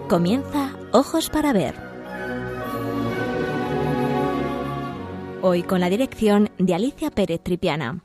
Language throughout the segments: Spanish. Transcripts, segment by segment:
Comienza Ojos para Ver. Hoy con la dirección de Alicia Pérez Tripiana.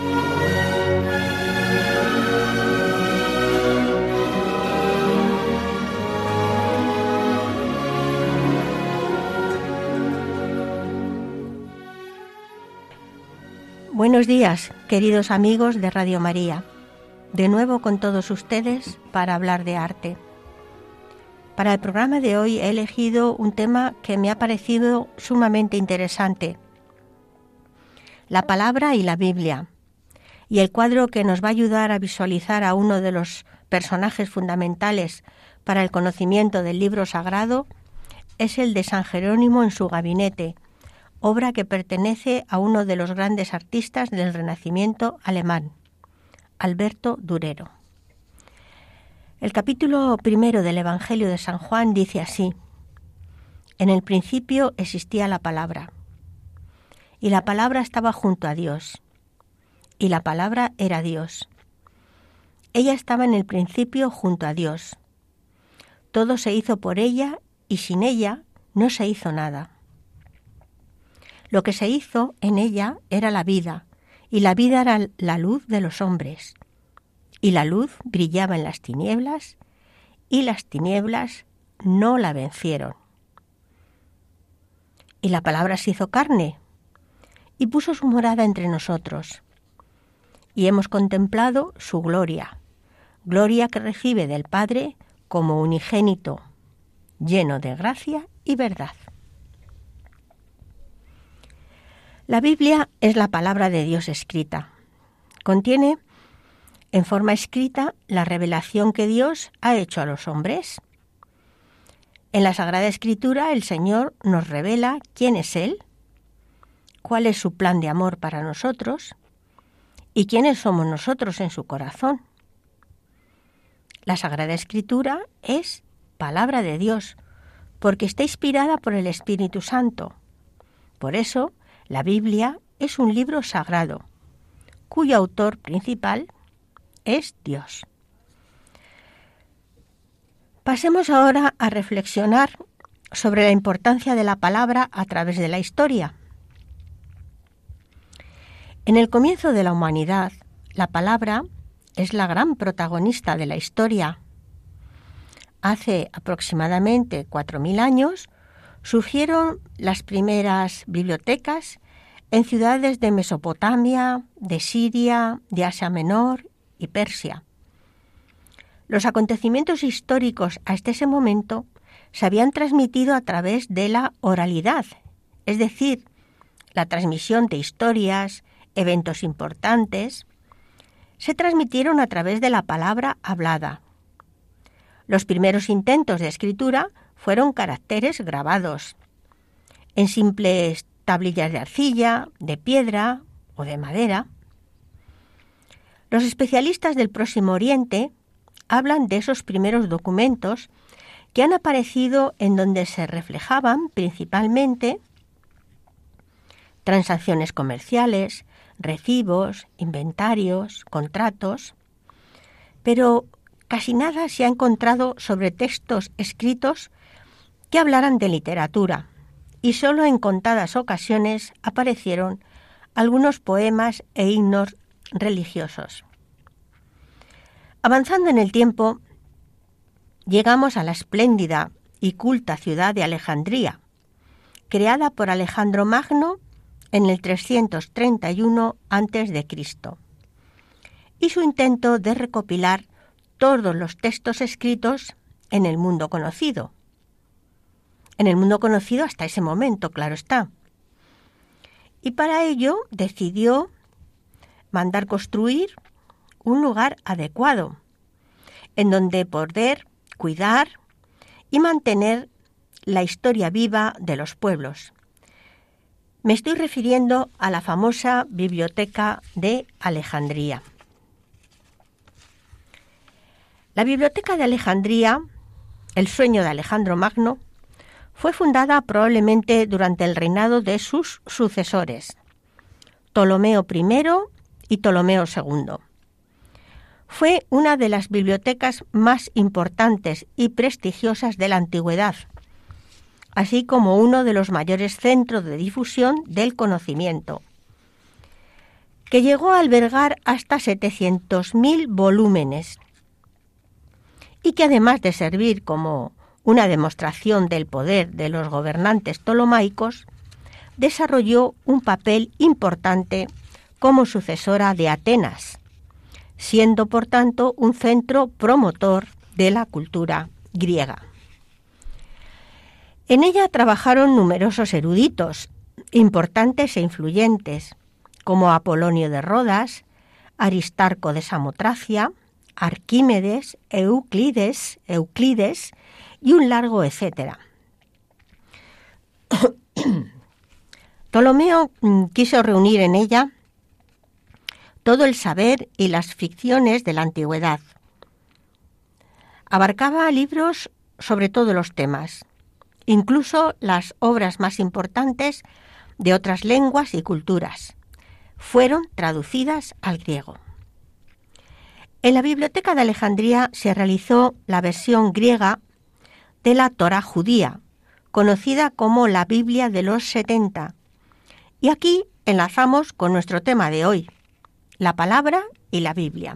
Buenos días, queridos amigos de Radio María. De nuevo con todos ustedes para hablar de arte. Para el programa de hoy he elegido un tema que me ha parecido sumamente interesante: la palabra y la Biblia, y el cuadro que nos va a ayudar a visualizar a uno de los personajes fundamentales para el conocimiento del libro sagrado es el de San Jerónimo en su gabinete, obra que pertenece a uno de los grandes artistas del Renacimiento alemán, Alberto Durero. El capítulo 1 del Evangelio de San Juan dice así: En el principio existía la palabra, y la palabra estaba junto a Dios, y la palabra era Dios. Ella estaba en el principio junto a Dios. Todo se hizo por ella, y sin ella no se hizo nada. Lo que se hizo en ella era la vida, y la vida era la luz de los hombres. Y la luz brillaba en las tinieblas, y las tinieblas no la vencieron. Y la palabra se hizo carne, y puso su morada entre nosotros. Y hemos contemplado su gloria, gloria que recibe del Padre como unigénito, lleno de gracia y verdad. La Biblia es la palabra de Dios escrita. Contiene en forma escrita la revelación que Dios ha hecho a los hombres. En la Sagrada Escritura el Señor nos revela quién es Él, cuál es su plan de amor para nosotros y quiénes somos nosotros en su corazón. La Sagrada Escritura es palabra de Dios porque está inspirada por el Espíritu Santo. Por eso, la Biblia es un libro sagrado, cuyo autor principal es Dios. Pasemos ahora a reflexionar sobre la importancia de la palabra a través de la historia. En el comienzo de la humanidad, la palabra es la gran protagonista de la historia. Hace aproximadamente 4.000 años surgieron las primeras bibliotecas en ciudades de Mesopotamia, de Siria, de Asia Menor y Persia. Los acontecimientos históricos hasta ese momento se habían transmitido a través de la oralidad, es decir, la transmisión de historias, eventos importantes, se transmitieron a través de la palabra hablada. Los primeros intentos de escritura fueron caracteres grabados en simples tablillas de arcilla, de piedra o de madera. Los especialistas del Próximo Oriente hablan de esos primeros documentos que han aparecido en donde se reflejaban principalmente transacciones comerciales, recibos, inventarios, contratos, pero casi nada se ha encontrado sobre textos escritos que hablaran de literatura, y solo en contadas ocasiones aparecieron algunos poemas e himnos religiosos. Avanzando en el tiempo, llegamos a la espléndida y culta ciudad de Alejandría, creada por Alejandro Magno en el 331 a.C., y su intento de recopilar todos los textos escritos en el mundo conocido. En el mundo conocido hasta ese momento, claro está. Y para ello decidió mandar construir un lugar adecuado, en donde poder cuidar y mantener la historia viva de los pueblos. Me estoy refiriendo a la famosa Biblioteca de Alejandría. La Biblioteca de Alejandría, el sueño de Alejandro Magno, fue fundada probablemente durante el reinado de sus sucesores, Ptolomeo I y Ptolomeo II. Fue una de las bibliotecas más importantes y prestigiosas de la antigüedad, así como uno de los mayores centros de difusión del conocimiento, que llegó a albergar hasta 700.000 volúmenes y que, además de servir como una demostración del poder de los gobernantes ptolomaicos, desarrolló un papel importante como sucesora de Atenas, siendo por tanto un centro promotor de la cultura griega. En ella trabajaron numerosos eruditos, importantes e influyentes, como Apolonio de Rodas, Aristarco de Samotracia, Arquímedes, Euclides y un largo etcétera. Ptolomeo quiso reunir en ella todo el saber y las ficciones de la antigüedad. Abarcaba libros sobre todos los temas, incluso las obras más importantes de otras lenguas y culturas. Fueron traducidas al griego. En la Biblioteca de Alejandría se realizó la versión griega de la Torá judía, conocida como la Biblia de los 70. Y aquí enlazamos con nuestro tema de hoy, la palabra y la Biblia.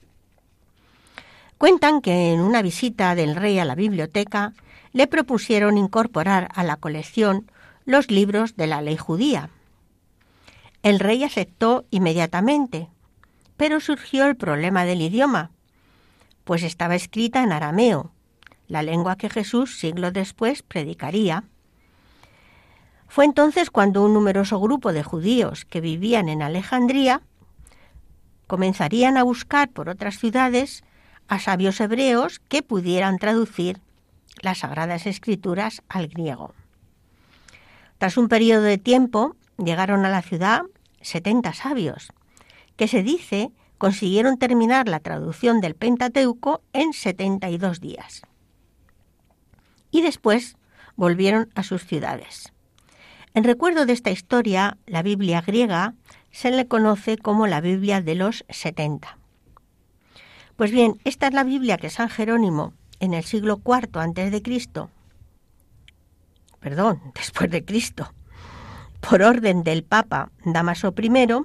Cuentan que en una visita del rey a la biblioteca le propusieron incorporar a la colección los libros de la ley judía. El rey aceptó inmediatamente, pero surgió el problema del idioma, pues estaba escrita en arameo, la lengua que Jesús siglos después predicaría. Fue entonces cuando un numeroso grupo de judíos que vivían en Alejandría comenzarían a buscar por otras ciudades a sabios hebreos que pudieran traducir las Sagradas Escrituras al griego. Tras un periodo de tiempo, llegaron a la ciudad 70 sabios, que se dice consiguieron terminar la traducción del Pentateuco en 72 días. Y después volvieron a sus ciudades. En recuerdo de esta historia, la Biblia griega se le conoce como la Biblia de los 70. Pues bien, esta es la Biblia que San Jerónimo, en el siglo IV después de Cristo, por orden del Papa Dámaso I,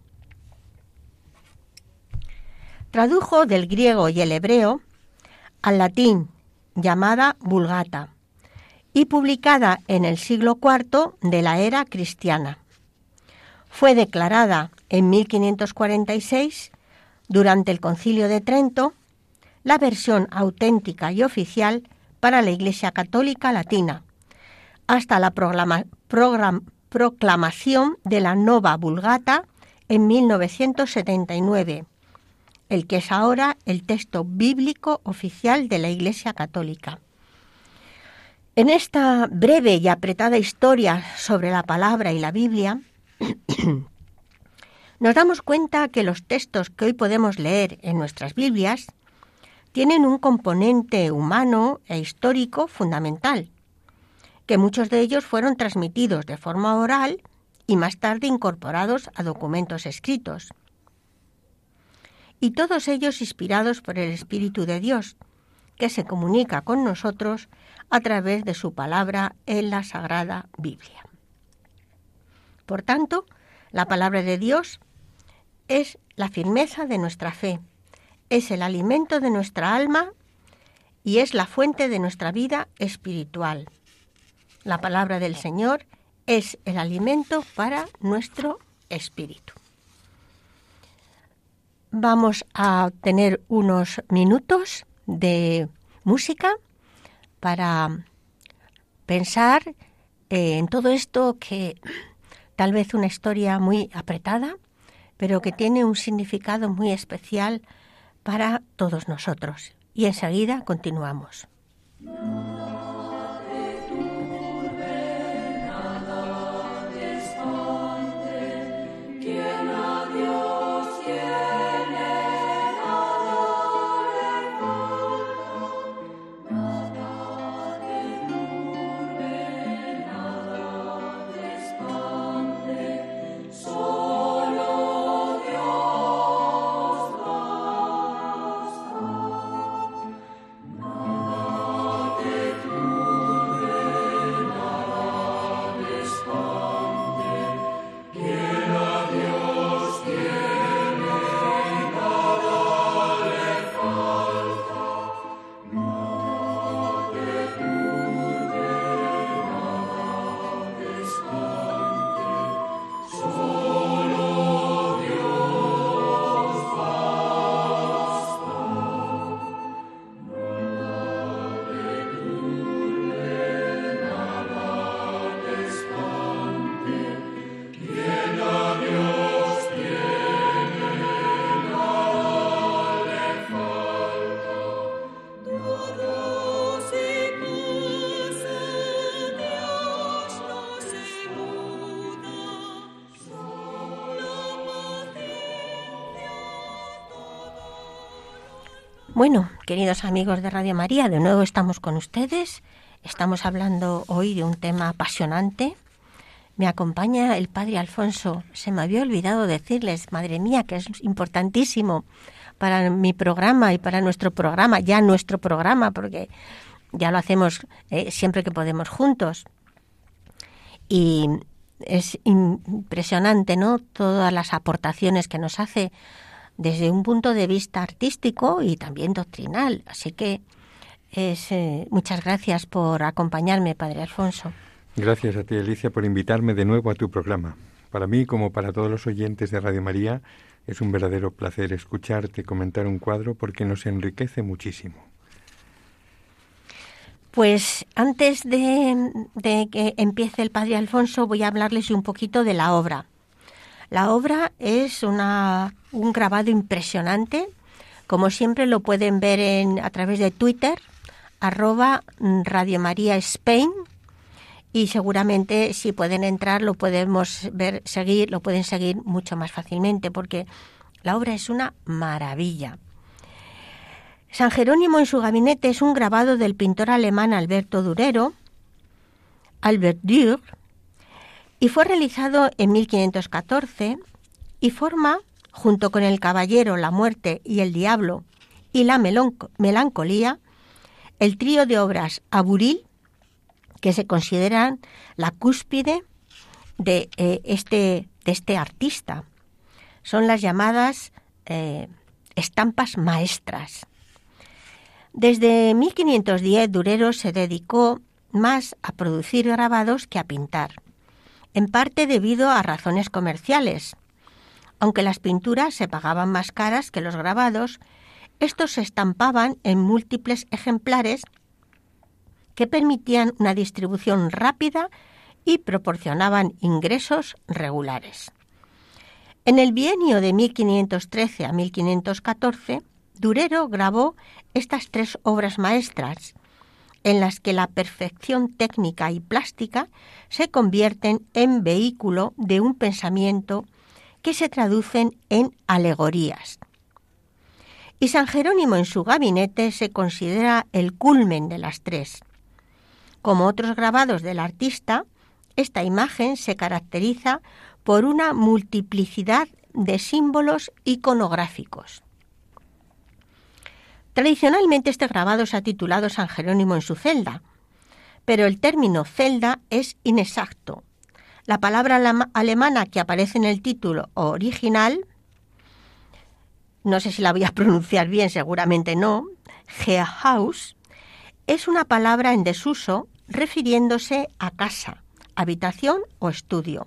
tradujo del griego y el hebreo al latín, llamada Vulgata, y publicada en el siglo IV de la era cristiana. Fue declarada en 1546, durante el Concilio de Trento, la versión auténtica y oficial para la Iglesia Católica Latina, hasta la proclamación de la Nova Vulgata en 1979, el que es ahora el texto bíblico oficial de la Iglesia Católica. En esta breve y apretada historia sobre la palabra y la Biblia, nos damos cuenta que los textos que hoy podemos leer en nuestras Biblias tienen un componente humano e histórico fundamental, que muchos de ellos fueron transmitidos de forma oral y más tarde incorporados a documentos escritos. Y todos ellos inspirados por el Espíritu de Dios, que se comunica con nosotros a través de su palabra en la Sagrada Biblia. Por tanto, la palabra de Dios es la firmeza de nuestra fe, es el alimento de nuestra alma y es la fuente de nuestra vida espiritual. La palabra del Señor es el alimento para nuestro espíritu. Vamos a tener unos minutos de música para pensar en todo esto que tal vez una historia muy apretada, pero que tiene un significado muy especial para todos nosotros. Y enseguida continuamos. Bueno, queridos amigos de Radio María, de nuevo estamos con ustedes. Estamos hablando hoy de un tema apasionante. Me acompaña el Padre Alfonso. Se me había olvidado decirles, madre mía, que es importantísimo para mi programa y para nuestro programa, porque ya lo hacemos siempre que podemos juntos. Y es impresionante, ¿no?, todas las aportaciones que nos hace desde un punto de vista artístico y también doctrinal. Así que muchas gracias por acompañarme, Padre Alfonso. Gracias a ti, Alicia, por invitarme de nuevo a tu programa. Para mí, como para todos los oyentes de Radio María, es un verdadero placer escucharte comentar un cuadro porque nos enriquece muchísimo. Pues antes de que empiece el Padre Alfonso, voy a hablarles un poquito de la obra. La obra es un grabado impresionante. Como siempre lo pueden ver a través de Twitter, @Radio María Spain, y seguramente si pueden entrar lo pueden seguir mucho más fácilmente, porque la obra es una maravilla. San Jerónimo en su gabinete es un grabado del pintor alemán Albert Dürer, y fue realizado en 1514 y forma, junto con El Caballero, la Muerte y el Diablo y la Melancolía, el trío de obras Aburil, que se consideran la cúspide de este artista. Son las llamadas estampas maestras. Desde 1510 Durero se dedicó más a producir grabados que a pintar, en parte debido a razones comerciales. Aunque las pinturas se pagaban más caras que los grabados, estos se estampaban en múltiples ejemplares que permitían una distribución rápida y proporcionaban ingresos regulares. En el bienio de 1513 a 1514, Durero grabó estas 3 obras maestras, en las que la perfección técnica y plástica se convierten en vehículo de un pensamiento que se traducen en alegorías. Y San Jerónimo en su gabinete se considera el culmen de las 3. Como otros grabados del artista, esta imagen se caracteriza por una multiplicidad de símbolos iconográficos. Tradicionalmente este grabado se ha titulado San Jerónimo en su celda, pero el término celda es inexacto. La palabra alemana que aparece en el título original, no sé si la voy a pronunciar bien, seguramente no, Gehaus, es una palabra en desuso refiriéndose a casa, habitación o estudio.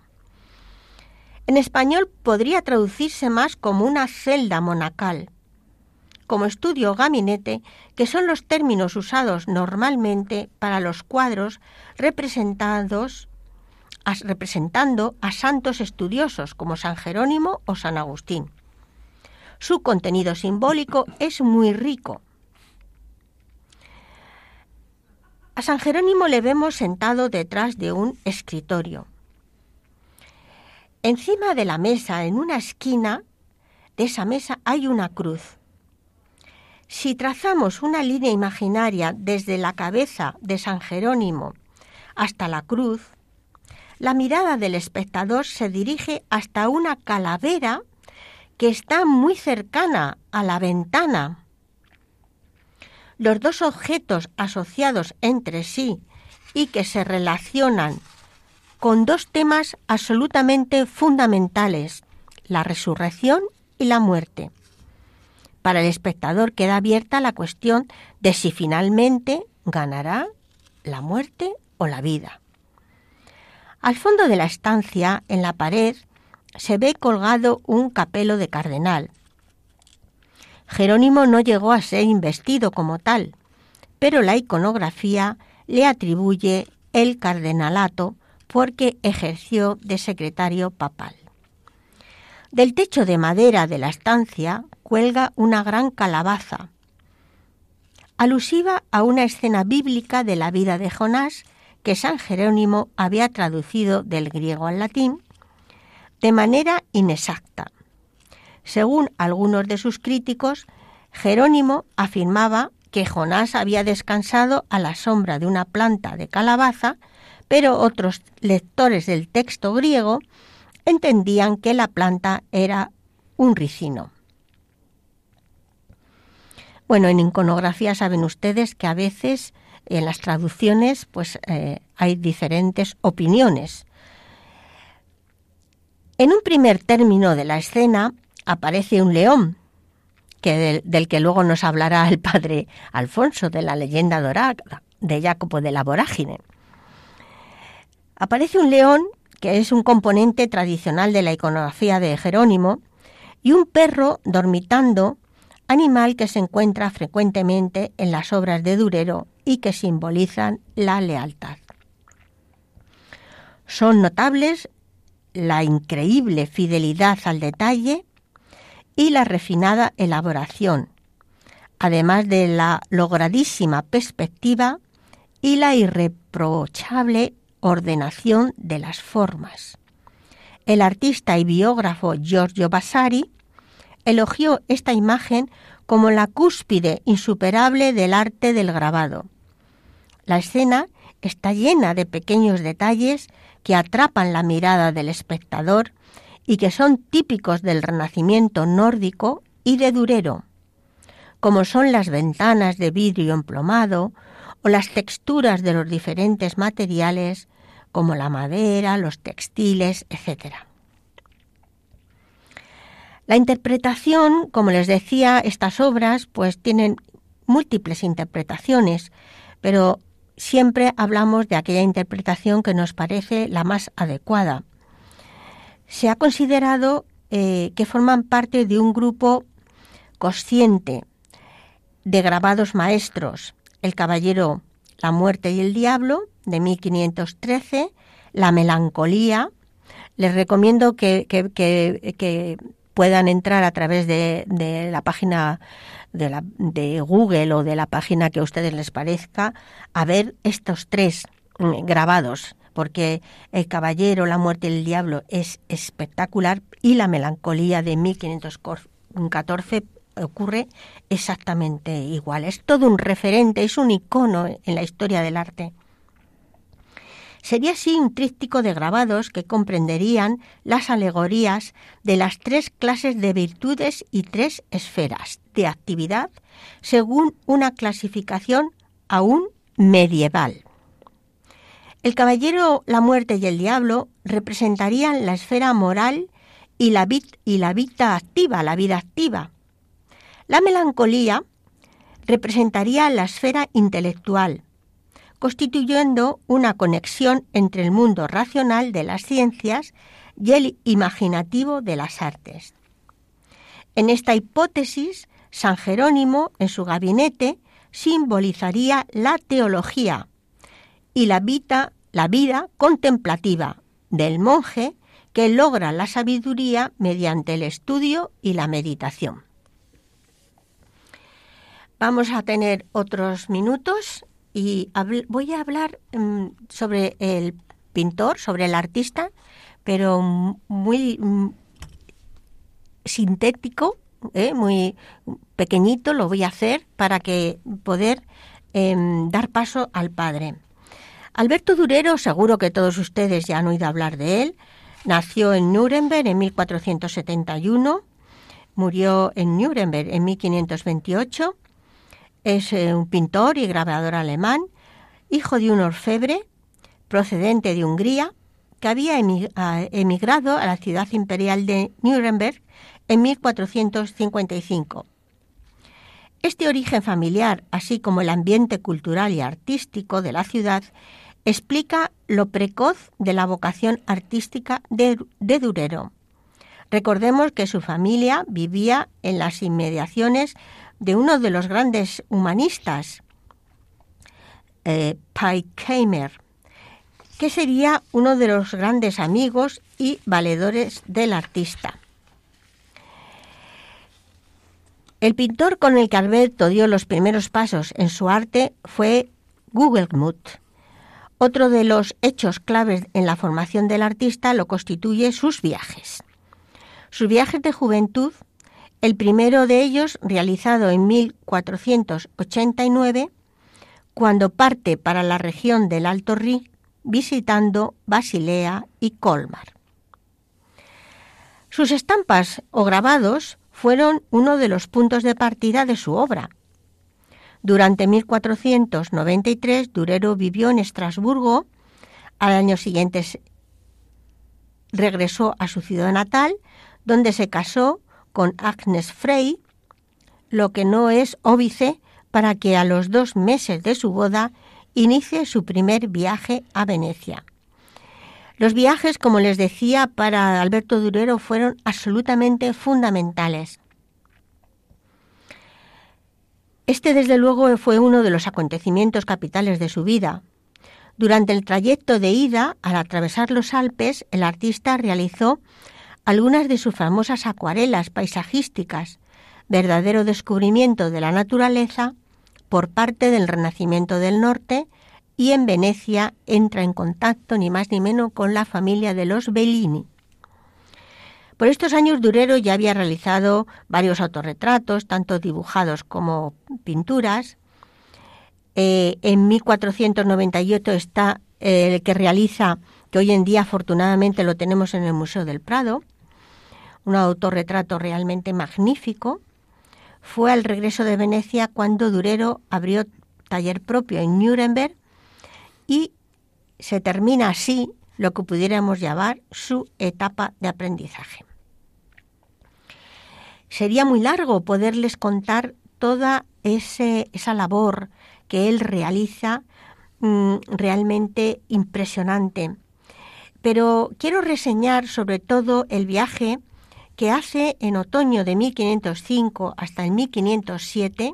En español podría traducirse más como una celda monacal, como estudio o gabinete, que son los términos usados normalmente para los cuadros representando a santos estudiosos como San Jerónimo o San Agustín. Su contenido simbólico es muy rico. A San Jerónimo le vemos sentado detrás de un escritorio. Encima de la mesa, en una esquina de esa mesa, hay una cruz. Si trazamos una línea imaginaria desde la cabeza de San Jerónimo hasta la cruz, la mirada del espectador se dirige hasta una calavera que está muy cercana a la ventana. Los 2 objetos asociados entre sí y que se relacionan con 2 temas absolutamente fundamentales, la resurrección y la muerte. Para el espectador queda abierta la cuestión de si finalmente ganará la muerte o la vida. Al fondo de la estancia, en la pared, se ve colgado un capelo de cardenal. Jerónimo no llegó a ser investido como tal, pero la iconografía le atribuye el cardenalato porque ejerció de secretario papal. Del techo de madera de la estancia cuelga una gran calabaza, alusiva a una escena bíblica de la vida de Jonás que San Jerónimo había traducido del griego al latín de manera inexacta. Según algunos de sus críticos, Jerónimo afirmaba que Jonás había descansado a la sombra de una planta de calabaza, pero otros lectores del texto griego entendían que la planta era un ricino. Bueno, en iconografía saben ustedes que a veces en las traducciones pues hay diferentes opiniones. En un primer término de la escena aparece un león, del que luego nos hablará el padre Alfonso, de la leyenda dorada de Jacopo de la Vorágine. Aparece un león, que es un componente tradicional de la iconografía de Jerónimo, y un perro dormitando, animal que se encuentra frecuentemente en las obras de Durero y que simbolizan la lealtad. Son notables la increíble fidelidad al detalle y la refinada elaboración, además de la logradísima perspectiva y la irreprochable ordenación de las formas. El artista y biógrafo Giorgio Vasari elogió esta imagen como la cúspide insuperable del arte del grabado. La escena está llena de pequeños detalles que atrapan la mirada del espectador y que son típicos del Renacimiento nórdico y de Durero, como son las ventanas de vidrio emplomado o las texturas de los diferentes materiales como la madera, los textiles, etc. La interpretación, como les decía, estas obras pues tienen múltiples interpretaciones, pero siempre hablamos de aquella interpretación que nos parece la más adecuada. Se ha considerado que forman parte de un grupo consciente de grabados maestros: El caballero, la muerte y el diablo, de 1513, La melancolía. Les recomiendo que puedan entrar a través de la página de Google o de la página que a ustedes les parezca a ver estos tres grabados, porque El caballero, la muerte y el diablo es espectacular y La melancolía de 1514 ocurre exactamente igual. Es todo un referente, es un icono en la historia del arte. Sería así un tríptico de grabados que comprenderían las alegorías de las tres clases de virtudes y tres esferas de actividad según una clasificación aún medieval. El caballero, la muerte y el diablo representarían la esfera moral y la vida activa, la vida activa. La melancolía representaría la esfera intelectual, constituyendo una conexión entre el mundo racional de las ciencias y el imaginativo de las artes. En esta hipótesis, San Jerónimo, en su gabinete, simbolizaría la teología y la vida contemplativa del monje que logra la sabiduría mediante el estudio y la meditación. Vamos a tener otros minutos y voy a hablar sobre el pintor, sobre el artista, pero muy sintético, muy pequeñito lo voy a hacer para que poder dar paso al padre. Alberto Durero, seguro que todos ustedes ya han oído hablar de él, nació en Nuremberg en 1471, murió en Nuremberg en 1528, es un pintor y grabador alemán, hijo de un orfebre procedente de Hungría, que había emigrado a la ciudad imperial de Nuremberg en 1455. Este origen familiar, así como el ambiente cultural y artístico de la ciudad, explica lo precoz de la vocación artística de Durero. Recordemos que su familia vivía en las inmediaciones de uno de los grandes humanistas, Pirkheimer, que sería uno de los grandes amigos y valedores del artista. El pintor con el que Alberto dio los primeros pasos en su arte fue Gugelmuth. Otro de los hechos claves en la formación del artista lo constituye sus viajes. Sus viajes de juventud El primero de ellos realizado en 1489, cuando parte para la región del Alto Rin, visitando Basilea y Colmar. Sus estampas o grabados fueron uno de los puntos de partida de su obra. Durante 1493, Durero vivió en Estrasburgo. Al año siguiente regresó a su ciudad natal, donde se casó con Agnes Frey, lo que no es óbice para que a los 2 meses de su boda inicie su primer viaje a Venecia. Los viajes, como les decía, para Alberto Durero fueron absolutamente fundamentales. Este, desde luego, fue uno de los acontecimientos capitales de su vida. Durante el trayecto de ida, al atravesar los Alpes, el artista realizó algunas de sus famosas acuarelas paisajísticas, verdadero descubrimiento de la naturaleza por parte del Renacimiento del Norte, y en Venecia entra en contacto ni más ni menos con la familia de los Bellini. Por estos años Durero ya había realizado varios autorretratos, tanto dibujados como pinturas. En 1498 está el que realiza, que hoy en día afortunadamente lo tenemos en el Museo del Prado, un autorretrato realmente magnífico. Fue al regreso de Venecia cuando Durero abrió taller propio en Nuremberg y se termina así lo que pudiéramos llamar su etapa de aprendizaje. Sería muy largo poderles contar toda esa labor que él realiza, realmente impresionante. Pero quiero reseñar sobre todo el viaje que hace en otoño de 1505 hasta el 1507,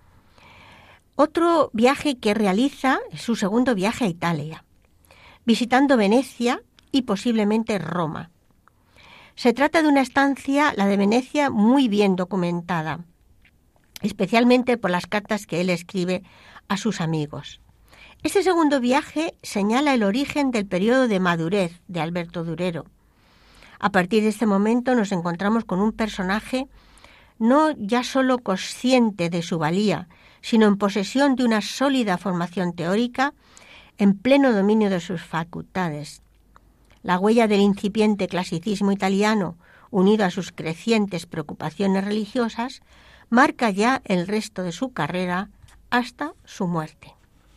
otro viaje que realiza, su segundo viaje a Italia, visitando Venecia y posiblemente Roma. Se trata de una estancia, la de Venecia, muy bien documentada, especialmente por las cartas que él escribe a sus amigos. Este segundo viaje señala el origen del periodo de madurez de Alberto Durero. A partir de este momento nos encontramos con un personaje no ya solo consciente de su valía, sino en posesión de una sólida formación teórica, en pleno dominio de sus facultades. La huella del incipiente clasicismo italiano, unido a sus crecientes preocupaciones religiosas, marca ya el resto de su carrera hasta su muerte.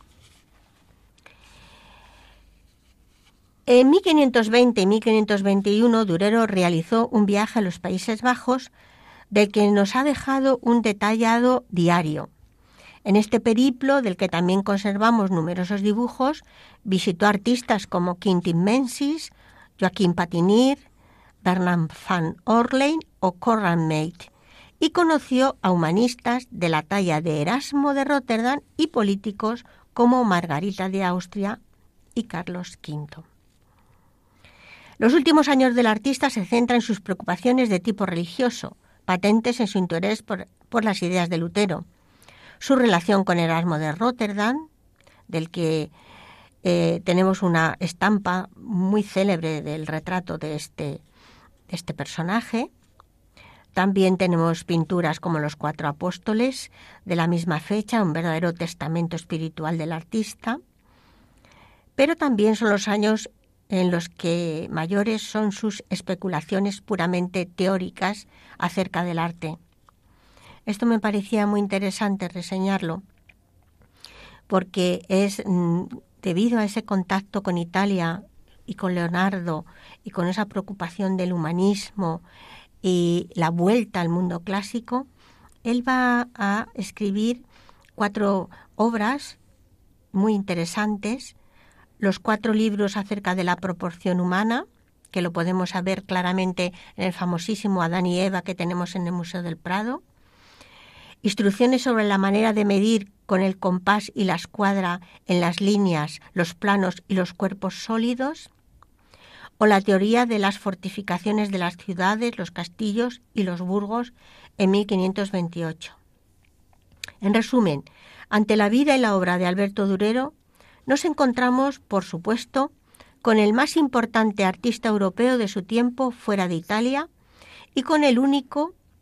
En 1520 y 1521 Durero realizó un viaje a los Países Bajos del que nos ha dejado un detallado diario. En este periplo, del que también conservamos numerosos dibujos, visitó artistas como Quintin Menzies, Joaquín Patinir, Bernard van Orleyn o Conrad Meij, y conoció a humanistas de la talla de Erasmo de Róterdam y políticos como Margarita de Austria y Carlos V. Los últimos años del artista se centran en sus preocupaciones de tipo religioso, patentes en su interés por las ideas de Lutero, su relación con Erasmo de Róterdam, del que tenemos una estampa muy célebre del retrato de este personaje. También tenemos pinturas como Los Cuatro Apóstoles, de la misma fecha, un verdadero testamento espiritual del artista. Pero también son los años en los que mayores son sus especulaciones puramente teóricas acerca del arte. Esto me parecía muy interesante reseñarlo, porque es debido a ese contacto con Italia y con Leonardo y con esa preocupación del humanismo y la vuelta al mundo clásico, él va a escribir 4 obras muy interesantes, los 4 libros acerca de la proporción humana, que lo podemos ver claramente en el famosísimo Adán y Eva que tenemos en el Museo del Prado, instrucciones sobre la manera de medir con el compás y la escuadra en las líneas, los planos y los cuerpos sólidos, o la teoría de las fortificaciones de las ciudades, los castillos y los burgos en 1528. En resumen, ante la vida y la obra de Alberto Durero, nos encontramos, por supuesto, con el más importante artista europeo de su tiempo fuera de Italia y con el único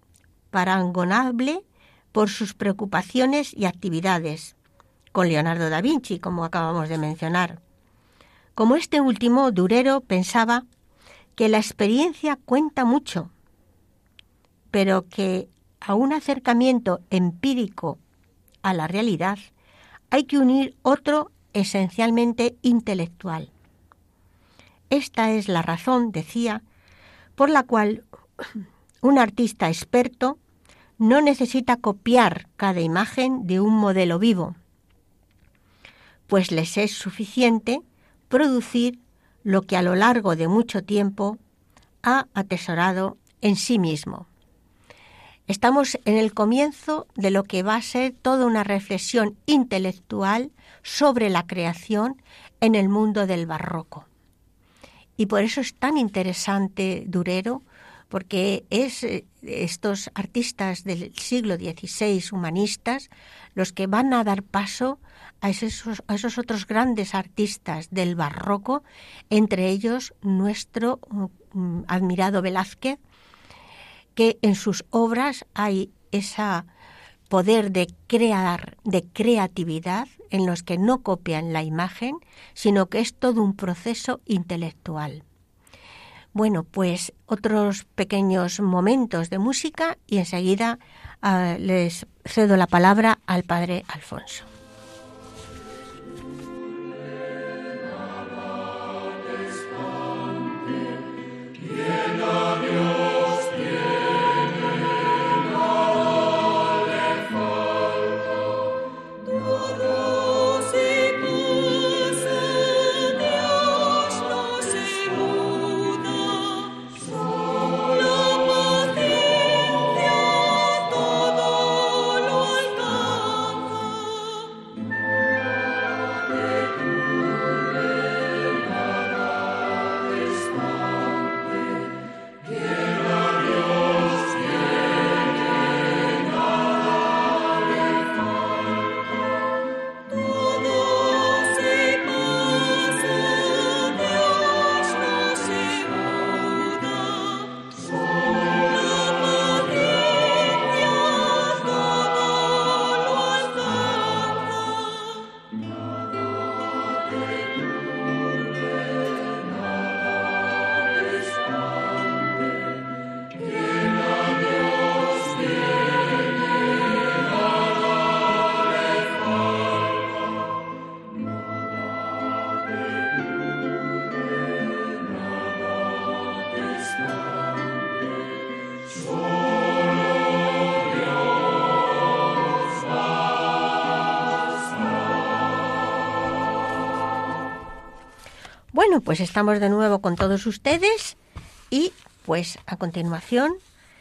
parangonable por sus preocupaciones y actividades, con Leonardo da Vinci, como acabamos de mencionar. Como este último, Durero pensaba que la experiencia cuenta mucho, pero que a un acercamiento empírico a la realidad hay que unir otro esencialmente intelectual. Esta es la razón, decía, por la cual un artista experto no necesita copiar cada imagen de un modelo vivo, pues les es suficiente producir lo que a lo largo de mucho tiempo ha atesorado en sí mismo. Estamos en el comienzo de lo que va a ser toda una reflexión intelectual sobre la creación en el mundo del barroco. Y por eso es tan interesante Durero, porque es estos artistas del siglo XVI, humanistas, los que van a dar paso a esos otros grandes artistas del barroco, entre ellos nuestro admirado Velázquez, que en sus obras hay ese poder de crear, de creatividad, en los que no copian la imagen, sino que es todo un proceso intelectual. Bueno, pues otros pequeños momentos de música y enseguida les cedo la palabra al padre Alfonso. Bueno, pues estamos de nuevo con todos ustedes y pues a continuación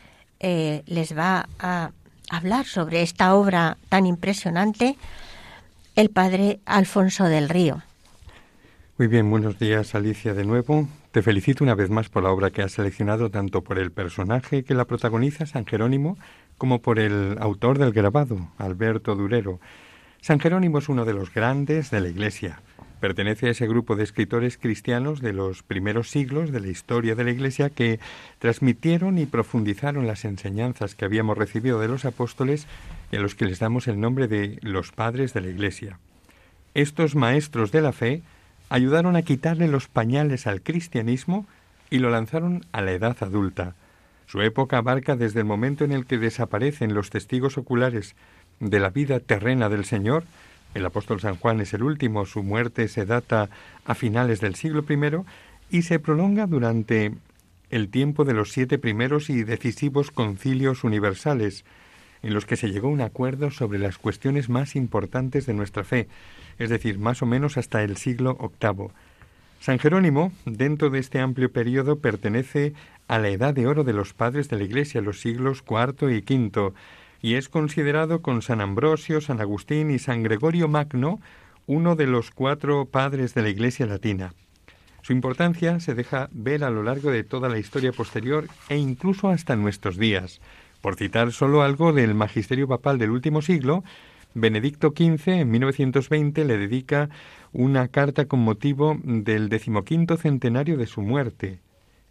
les va a hablar sobre esta obra tan impresionante el padre Alfonso del Río. Muy bien, buenos días Alicia de nuevo. Te felicito una vez más por la obra que has seleccionado, tanto por el personaje que la protagoniza, San Jerónimo, como por el autor del grabado, Alberto Durero. San Jerónimo es uno de los grandes de la Iglesia. Pertenece a ese grupo de escritores cristianos de los primeros siglos de la historia de la Iglesia que transmitieron y profundizaron las enseñanzas que habíamos recibido de los apóstoles y a los que les damos el nombre de los padres de la Iglesia. Estos maestros de la fe ayudaron a quitarle los pañales al cristianismo y lo lanzaron a la edad adulta. Su época abarca desde el momento en el que desaparecen los testigos oculares de la vida terrena del Señor. El apóstol San Juan es el último, su muerte se data a finales del siglo I y se prolonga durante el tiempo de los 7 primeros y decisivos concilios universales, en los que se llegó a un acuerdo sobre las cuestiones más importantes de nuestra fe, es decir, más o menos hasta el siglo VIII. San Jerónimo, dentro de este amplio periodo, pertenece a la edad de oro de los padres de la Iglesia, los siglos IV y V, y es considerado con San Ambrosio, San Agustín y San Gregorio Magno uno de los 4 padres de la Iglesia latina. Su importancia se deja ver a lo largo de toda la historia posterior e incluso hasta nuestros días. Por citar solo algo del magisterio papal del último siglo, Benedicto XV en 1920 le dedica una carta con motivo del 15º centenario de su muerte.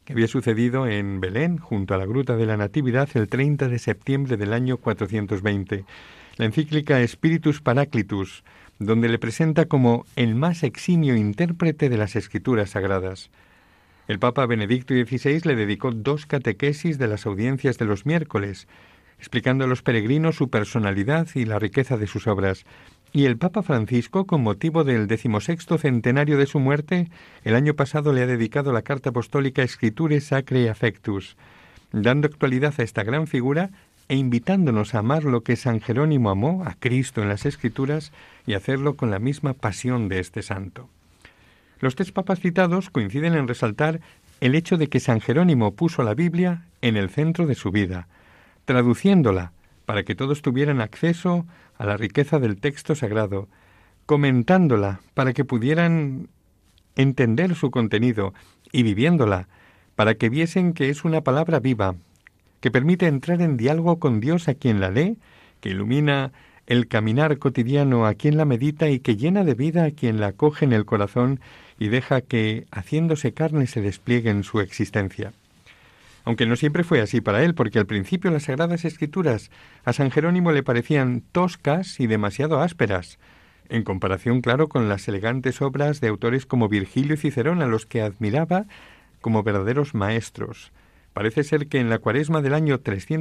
que había sucedido en Belén, junto a la Gruta de la Natividad, el 30 de septiembre del año 420. La encíclica Spiritus Paraclitus, donde le presenta como el más eximio intérprete de las Escrituras Sagradas. El Papa Benedicto XVI le dedicó 2 catequesis de las audiencias de los miércoles, explicando a los peregrinos su personalidad y la riqueza de sus obras. Y el Papa Francisco, con motivo del 16º centenario de su muerte, el año pasado le ha dedicado la carta apostólica Scripturae Sacrae Affectus, dando actualidad a esta gran figura e invitándonos a amar lo que San Jerónimo amó, a Cristo en las Escrituras, y hacerlo con la misma pasión de este santo. Los 3 papas citados coinciden en resaltar el hecho de que San Jerónimo puso la Biblia en el centro de su vida, traduciéndola para que todos tuvieran acceso a la riqueza del texto sagrado, comentándola para que pudieran entender su contenido y viviéndola para que viesen que es una palabra viva, que permite entrar en diálogo con Dios a quien la lee, que ilumina el caminar cotidiano a quien la medita y que llena de vida a quien la acoge en el corazón y deja que, haciéndose carne, se despliegue en su existencia. Aunque no siempre fue así para él, porque al principio las Sagradas Escrituras a San Jerónimo le parecían toscas y demasiado ásperas, en comparación, claro, con las elegantes obras de autores como Virgilio y Cicerón, a los que admiraba como verdaderos maestros. Parece ser que en la Cuaresma del año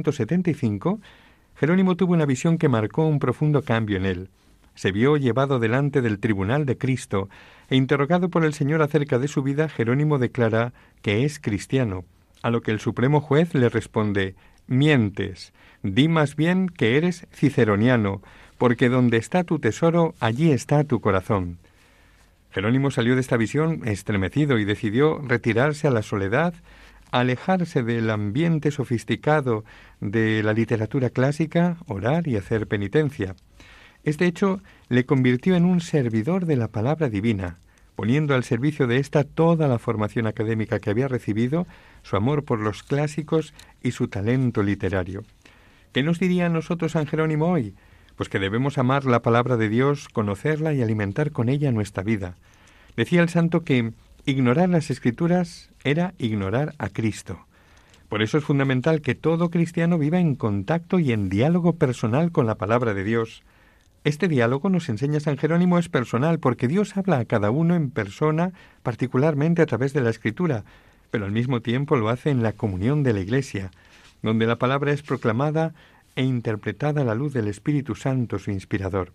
375, Jerónimo tuvo una visión que marcó un profundo cambio en él. Se vio llevado delante del tribunal de Cristo e interrogado por el Señor acerca de su vida. Jerónimo declara que es cristiano, a lo que el Supremo Juez le responde: mientes, di más bien que eres ciceroniano, porque donde está tu tesoro, allí está tu corazón. Jerónimo salió de esta visión estremecido y decidió retirarse a la soledad, alejarse del ambiente sofisticado de la literatura clásica, orar y hacer penitencia. Este hecho le convirtió en un servidor de la palabra divina, poniendo al servicio de ésta toda la formación académica que había recibido, su amor por los clásicos y su talento literario. ¿Qué nos diría a nosotros San Jerónimo hoy? Pues que debemos amar la palabra de Dios, conocerla y alimentar con ella nuestra vida. Decía el santo que ignorar las Escrituras era ignorar a Cristo. Por eso es fundamental que todo cristiano viva en contacto y en diálogo personal con la palabra de Dios. Este diálogo, nos enseña San Jerónimo, es personal, porque Dios habla a cada uno en persona, particularmente a través de la Escritura, pero al mismo tiempo lo hace en la comunión de la Iglesia, donde la palabra es proclamada e interpretada a la luz del Espíritu Santo, su inspirador.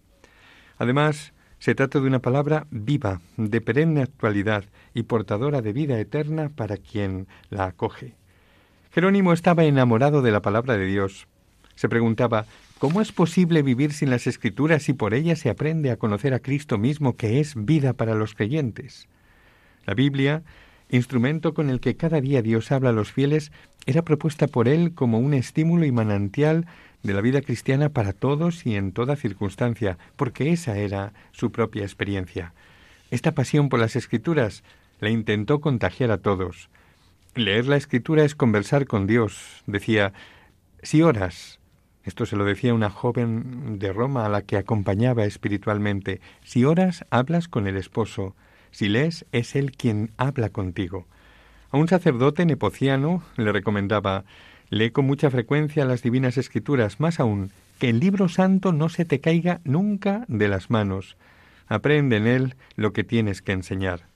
Además, se trata de una palabra viva, de perenne actualidad y portadora de vida eterna para quien la acoge. Jerónimo estaba enamorado de la palabra de Dios. Se preguntaba: ¿cómo es posible vivir sin las Escrituras si por ellas se aprende a conocer a Cristo mismo, que es vida para los creyentes? La Biblia, instrumento con el que cada día Dios habla a los fieles, era propuesta por él como un estímulo y manantial de la vida cristiana para todos y en toda circunstancia, porque esa era su propia experiencia. Esta pasión por las Escrituras la intentó contagiar a todos. Leer la Escritura es conversar con Dios. Decía: si oras, esto se lo decía una joven de Roma a la que acompañaba espiritualmente, si oras, hablas con el esposo, si lees, es él quien habla contigo. A un sacerdote nepociano le recomendaba: lee con mucha frecuencia las divinas Escrituras, más aún, que el libro santo no se te caiga nunca de las manos. Aprende en él lo que tienes que enseñar.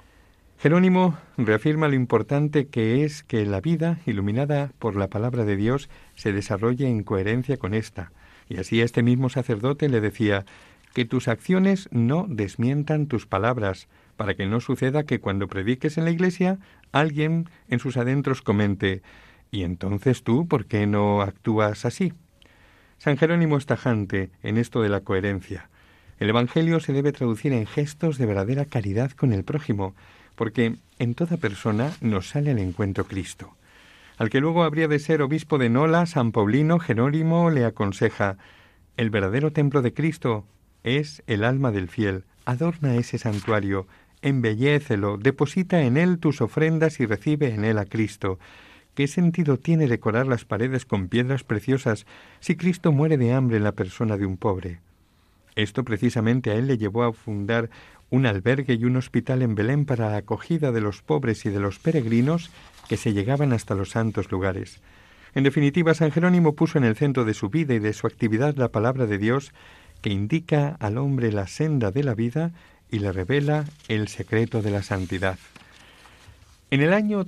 Jerónimo reafirma lo importante que es que la vida, iluminada por la palabra de Dios, se desarrolle en coherencia con esta. Y así a este mismo sacerdote le decía: que tus acciones no desmientan tus palabras, para que no suceda que cuando prediques en la iglesia, alguien en sus adentros comente: ¿y entonces tú por qué no actúas así? San Jerónimo es tajante en esto de la coherencia. El Evangelio se debe traducir en gestos de verdadera caridad con el prójimo, porque en toda persona nos sale al encuentro Cristo. Al que luego habría de ser obispo de Nola, San Paulino, Jerónimo le aconseja: el verdadero templo de Cristo es el alma del fiel. Adorna ese santuario, embellécelo, deposita en él tus ofrendas y recibe en él a Cristo. ¿Qué sentido tiene decorar las paredes con piedras preciosas si Cristo muere de hambre en la persona de un pobre? Esto precisamente a él le llevó a fundar un albergue y un hospital en Belén para la acogida de los pobres y de los peregrinos que se llegaban hasta los santos lugares. En definitiva, San Jerónimo puso en el centro de su vida y de su actividad la palabra de Dios, que indica al hombre la senda de la vida y le revela el secreto de la santidad. En el año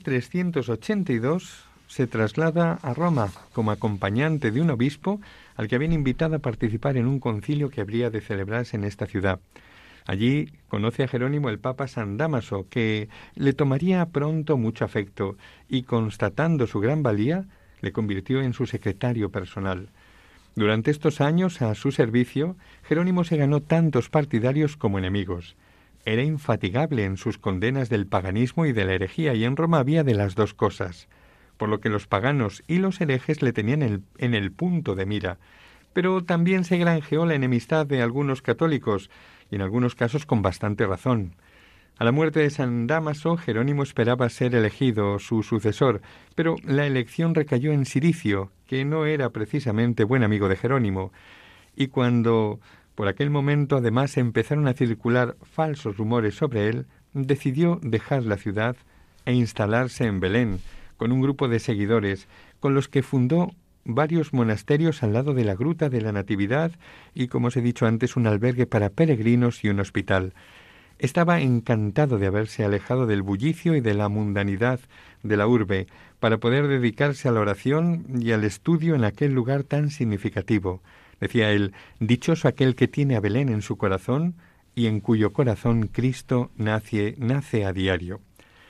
382 se traslada a Roma como acompañante de un obispo al que habían invitado a participar en un concilio que habría de celebrarse en esta ciudad. Allí conoce a Jerónimo el Papa San Dámaso, que le tomaría pronto mucho afecto y, constatando su gran valía, le convirtió en su secretario personal. Durante estos años a su servicio, Jerónimo se ganó tantos partidarios como enemigos. Era infatigable en sus condenas del paganismo y de la herejía, y en Roma había de las dos cosas, por lo que los paganos y los herejes le tenían en el punto de mira. Pero también se granjeó la enemistad de algunos católicos, y en algunos casos con bastante razón. A la muerte de San Dámaso, Jerónimo esperaba ser elegido su sucesor, pero la elección recayó en Ciricio, que no era precisamente buen amigo de Jerónimo, y cuando por aquel momento además empezaron a circular falsos rumores sobre él, decidió dejar la ciudad e instalarse en Belén, con un grupo de seguidores, con los que fundó varios monasterios al lado de la Gruta de la Natividad y, como os he dicho antes, un albergue para peregrinos y un hospital. Estaba encantado de haberse alejado del bullicio y de la mundanidad de la urbe para poder dedicarse a la oración y al estudio en aquel lugar tan significativo. Decía él: dichoso aquel que tiene a Belén en su corazón y en cuyo corazón Cristo nace a diario.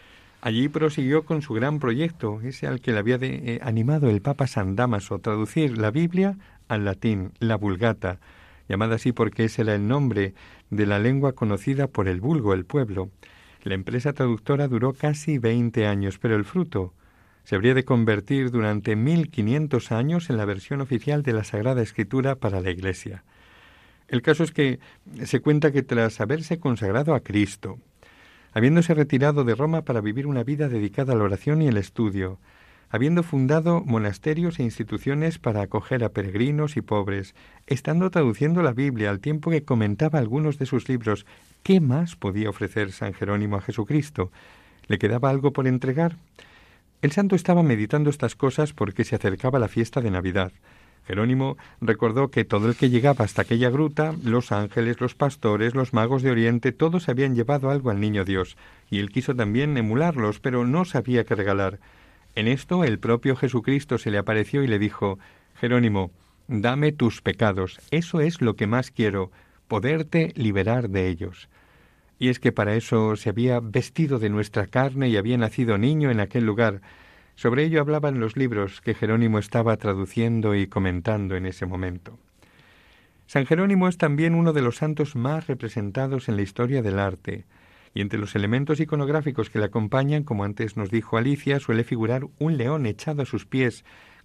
Allí prosiguió con su gran proyecto, ese al que le había animado el Papa San Dámaso, traducir la Biblia al latín, la Vulgata, llamada así porque ese era el nombre de la lengua conocida por el vulgo, el pueblo. La empresa traductora duró casi 20 años, pero el fruto se habría de convertir durante 1500 años en la versión oficial de la Sagrada Escritura para la Iglesia. El caso es que se cuenta que tras haberse consagrado a Cristo, habiéndose retirado de Roma para vivir una vida dedicada a la oración y el estudio, habiendo fundado monasterios e instituciones para acoger a peregrinos y pobres, estando traduciendo la Biblia al tiempo que comentaba algunos de sus libros, ¿qué más podía ofrecer San Jerónimo a Jesucristo? ¿Le quedaba algo por entregar? El santo estaba meditando estas cosas porque se acercaba la fiesta de Navidad. Jerónimo recordó que todo el que llegaba hasta aquella gruta, los ángeles, los pastores, los magos de Oriente, todos habían llevado algo al niño Dios, y él quiso también emularlos, pero no sabía qué regalar. En esto el propio Jesucristo se le apareció y le dijo: Jerónimo, dame tus pecados, eso es lo que más quiero, poderte liberar de ellos. Y es que para eso se había vestido de nuestra carne y había nacido niño en aquel lugar. Sobre ello hablaban los libros que Jerónimo estaba traduciendo y comentando en ese momento. San Jerónimo es también uno de los santos más representados en la historia del arte, y entre los elementos iconográficos que le acompañan, como antes nos dijo Alicia, suele figurar un león echado a sus pies,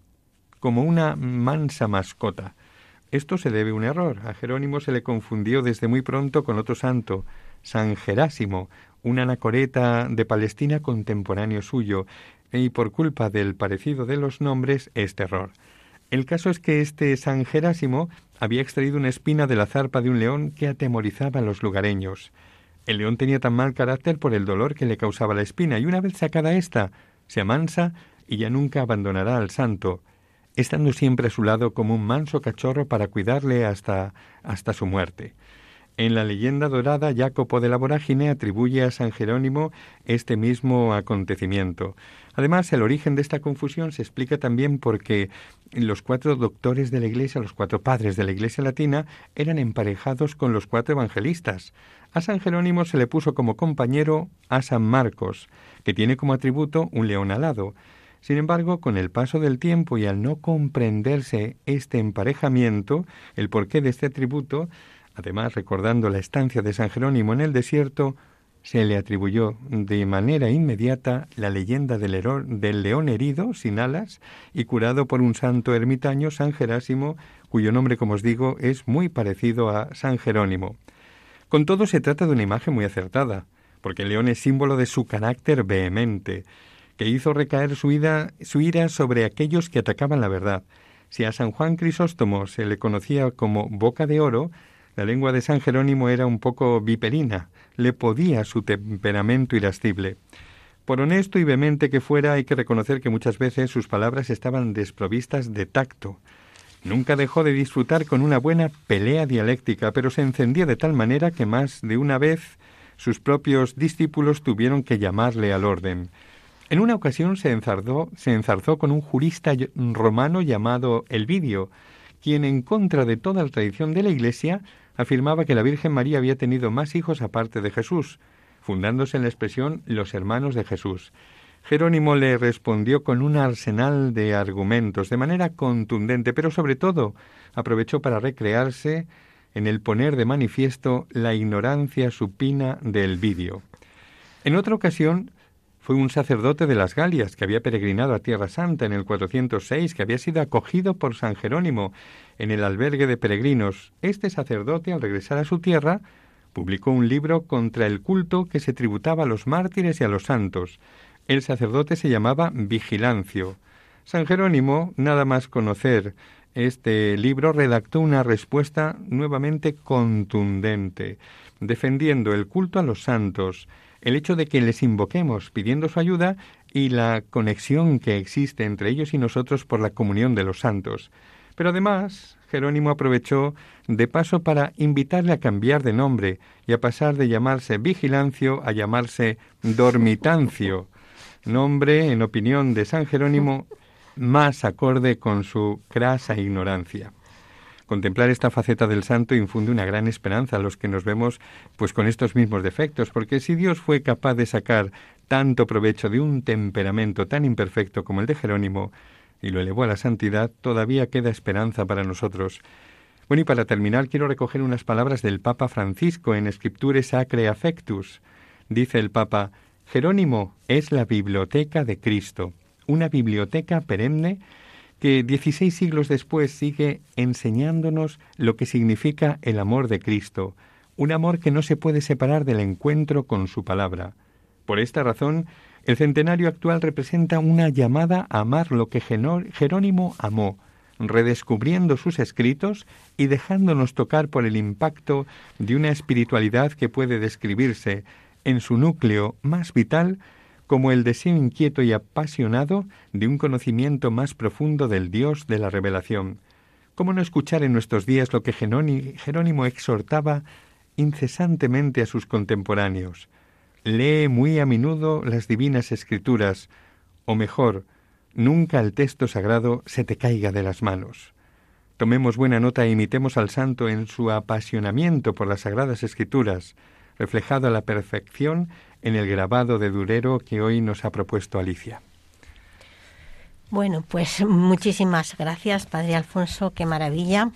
como una mansa mascota. Esto se debe a un error. A Jerónimo se le confundió desde muy pronto con otro santo, San Gerásimo, un anacoreta de Palestina contemporáneo suyo, y por culpa del parecido de los nombres, este error. El caso es que este San Gerásimo había extraído una espina de la zarpa de un león que atemorizaba a los lugareños. El león tenía tan mal carácter por el dolor que le causaba la espina, y una vez sacada ésta, se amansa y ya nunca abandonará al santo, estando siempre a su lado como un manso cachorro para cuidarle hasta su muerte. En la leyenda dorada, Jacopo de la Vorágine atribuye a San Jerónimo este mismo acontecimiento. Además, el origen de esta confusión se explica también porque los 4 doctores de la Iglesia, los 4 padres de la Iglesia latina, eran emparejados con los 4 evangelistas. A San Jerónimo se le puso como compañero a San Marcos, que tiene como atributo un león alado. Sin embargo, con el paso del tiempo y al no comprenderse este emparejamiento, el porqué de este atributo, además recordando la estancia de San Jerónimo en el desierto, se le atribuyó de manera inmediata la leyenda del león herido, sin alas, y curado por un santo ermitaño, San Gerásimo, cuyo nombre, como os digo, es muy parecido a San Jerónimo. Con todo, se trata de una imagen muy acertada, porque el león es símbolo de su carácter vehemente, que hizo recaer su ira sobre aquellos que atacaban la verdad. Si a San Juan Crisóstomo se le conocía como boca de oro, la lengua de San Jerónimo era un poco viperina, le podía su temperamento irascible. Por honesto y vehemente que fuera, hay que reconocer que muchas veces sus palabras estaban desprovistas de tacto. Nunca dejó de disfrutar con una buena pelea dialéctica, pero se encendía de tal manera que más de una vez sus propios discípulos tuvieron que llamarle al orden. En una ocasión se enzarzó con un jurista romano llamado Elvidio, quien, en contra de toda la tradición de la Iglesia, afirmaba que la Virgen María había tenido más hijos aparte de Jesús, fundándose en la expresión los hermanos de Jesús. Jerónimo le respondió con un arsenal de argumentos, de manera contundente, pero sobre todo aprovechó para recrearse en el poner de manifiesto la ignorancia supina de Elvidio. En otra ocasión fue un sacerdote de las Galias que había peregrinado a Tierra Santa en el 406, que había sido acogido por San Jerónimo en el albergue de peregrinos. Este sacerdote, al regresar a su tierra, publicó un libro contra el culto que se tributaba a los mártires y a los santos. El sacerdote se llamaba Vigilancio. San Jerónimo, nada más conocer este libro, redactó una respuesta nuevamente contundente, defendiendo el culto a los santos, el hecho de que les invoquemos pidiendo su ayuda y la conexión que existe entre ellos y nosotros por la comunión de los santos. Pero además, Jerónimo aprovechó de paso para invitarle a cambiar de nombre y a pasar de llamarse Vigilancio a llamarse Dormitancio, nombre, en opinión de San Jerónimo, más acorde con su crasa ignorancia. Contemplar esta faceta del santo infunde una gran esperanza a los que nos vemos pues con estos mismos defectos, porque si Dios fue capaz de sacar tanto provecho de un temperamento tan imperfecto como el de Jerónimo y lo elevó a la santidad, todavía queda esperanza para nosotros. Bueno, y para terminar quiero recoger unas palabras del Papa Francisco en Scripturae Sacrae Affectus. Dice el Papa: Jerónimo es la biblioteca de Cristo, una biblioteca perenne que 16 siglos después sigue enseñándonos lo que significa el amor de Cristo, un amor que no se puede separar del encuentro con su palabra. Por esta razón, el centenario actual representa una llamada a amar lo que Jerónimo amó, redescubriendo sus escritos y dejándonos tocar por el impacto de una espiritualidad que puede describirse en su núcleo más vital como el deseo inquieto y apasionado de un conocimiento más profundo del Dios de la revelación. ¿Cómo no escuchar en nuestros días lo que Jerónimo exhortaba incesantemente a sus contemporáneos? Lee muy a menudo las divinas escrituras, o mejor, nunca el texto sagrado se te caiga de las manos. Tomemos buena nota e imitemos al santo en su apasionamiento por las sagradas escrituras, reflejado a la perfección en el grabado de Durero que hoy nos ha propuesto Alicia. Bueno, pues muchísimas gracias, Padre Alfonso, qué maravilla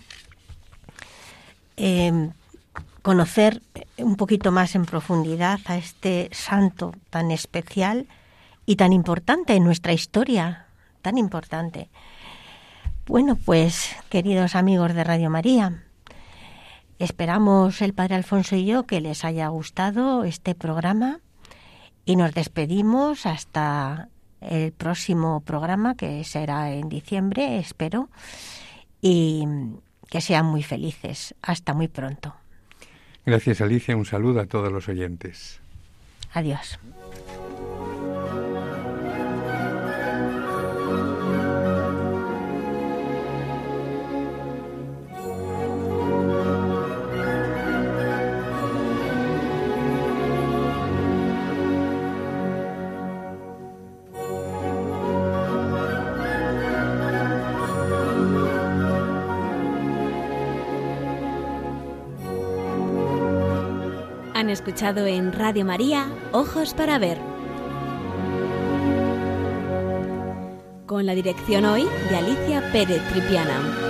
conocer un poquito más en profundidad a este santo tan especial y tan importante en nuestra historia, tan importante. Bueno, pues queridos amigos de Radio María, esperamos el Padre Alfonso y yo que les haya gustado este programa y nos despedimos hasta el próximo programa, que será en diciembre, espero, y que sean muy felices. Hasta muy pronto. Gracias, Alicia. Un saludo a todos los oyentes. Adiós. Han escuchado en Radio María Ojos para Ver, con la dirección hoy de Alicia Pérez Tripiana.